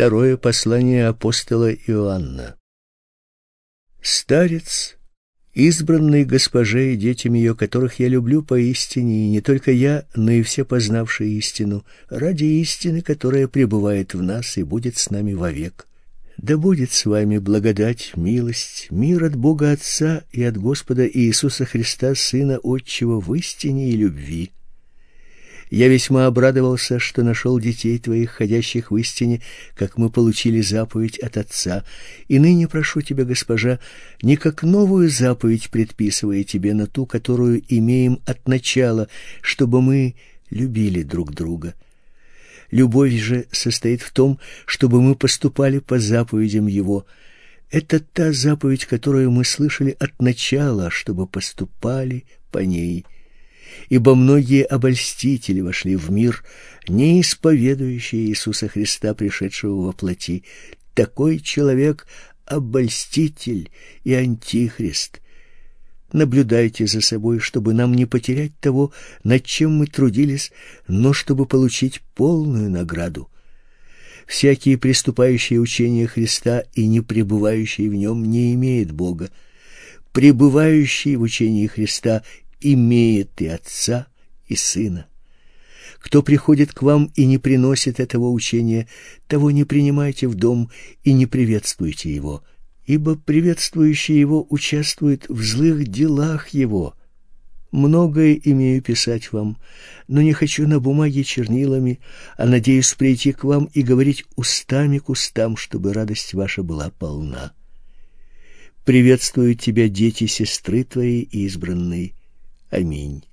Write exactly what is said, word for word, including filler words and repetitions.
Второе послание апостола Иоанна. Старец, избранный госпоже и детям ее, которых я люблю поистине, и не только я, но и все познавшие истину, ради истины, которая пребывает в нас и будет с нами вовек. Да будет с вами благодать, милость, мир от Бога Отца и от Господа Иисуса Христа, Сына Отчего, в истине и любви. Я весьма обрадовался, что нашел детей твоих, ходящих в истине, как мы получили заповедь от Отца. И ныне прошу тебя, госпожа, не как новую заповедь предписывая тебе, но ту, которую имеем от начала, чтобы мы любили друг друга. Любовь же состоит в том, чтобы мы поступали по заповедям Его. Это та заповедь, которую мы слышали от начала, чтобы поступали по ней. Ибо многие обольстители вошли в мир, не исповедующие Иисуса Христа, пришедшего во плоти. Такой человек — обольститель и антихрист. Наблюдайте за собой, чтобы нам не потерять того, над чем мы трудились, но чтобы получить полную награду. Всякий, приступающий учение Христа и не пребывающий в нем, не имеет Бога. Пребывающий в учении Христа имеет и Отца, и Сына. Кто приходит к вам и не приносит этого учения, того не принимайте в дом и не приветствуйте его, ибо приветствующий его участвует в злых делах его. Многое имею писать вам, но не хочу на бумаге чернилами, а надеюсь прийти к вам и говорить устами к устам, чтобы радость ваша была полна. Приветствую тебя, дети сестры твоей избранной. Аминь.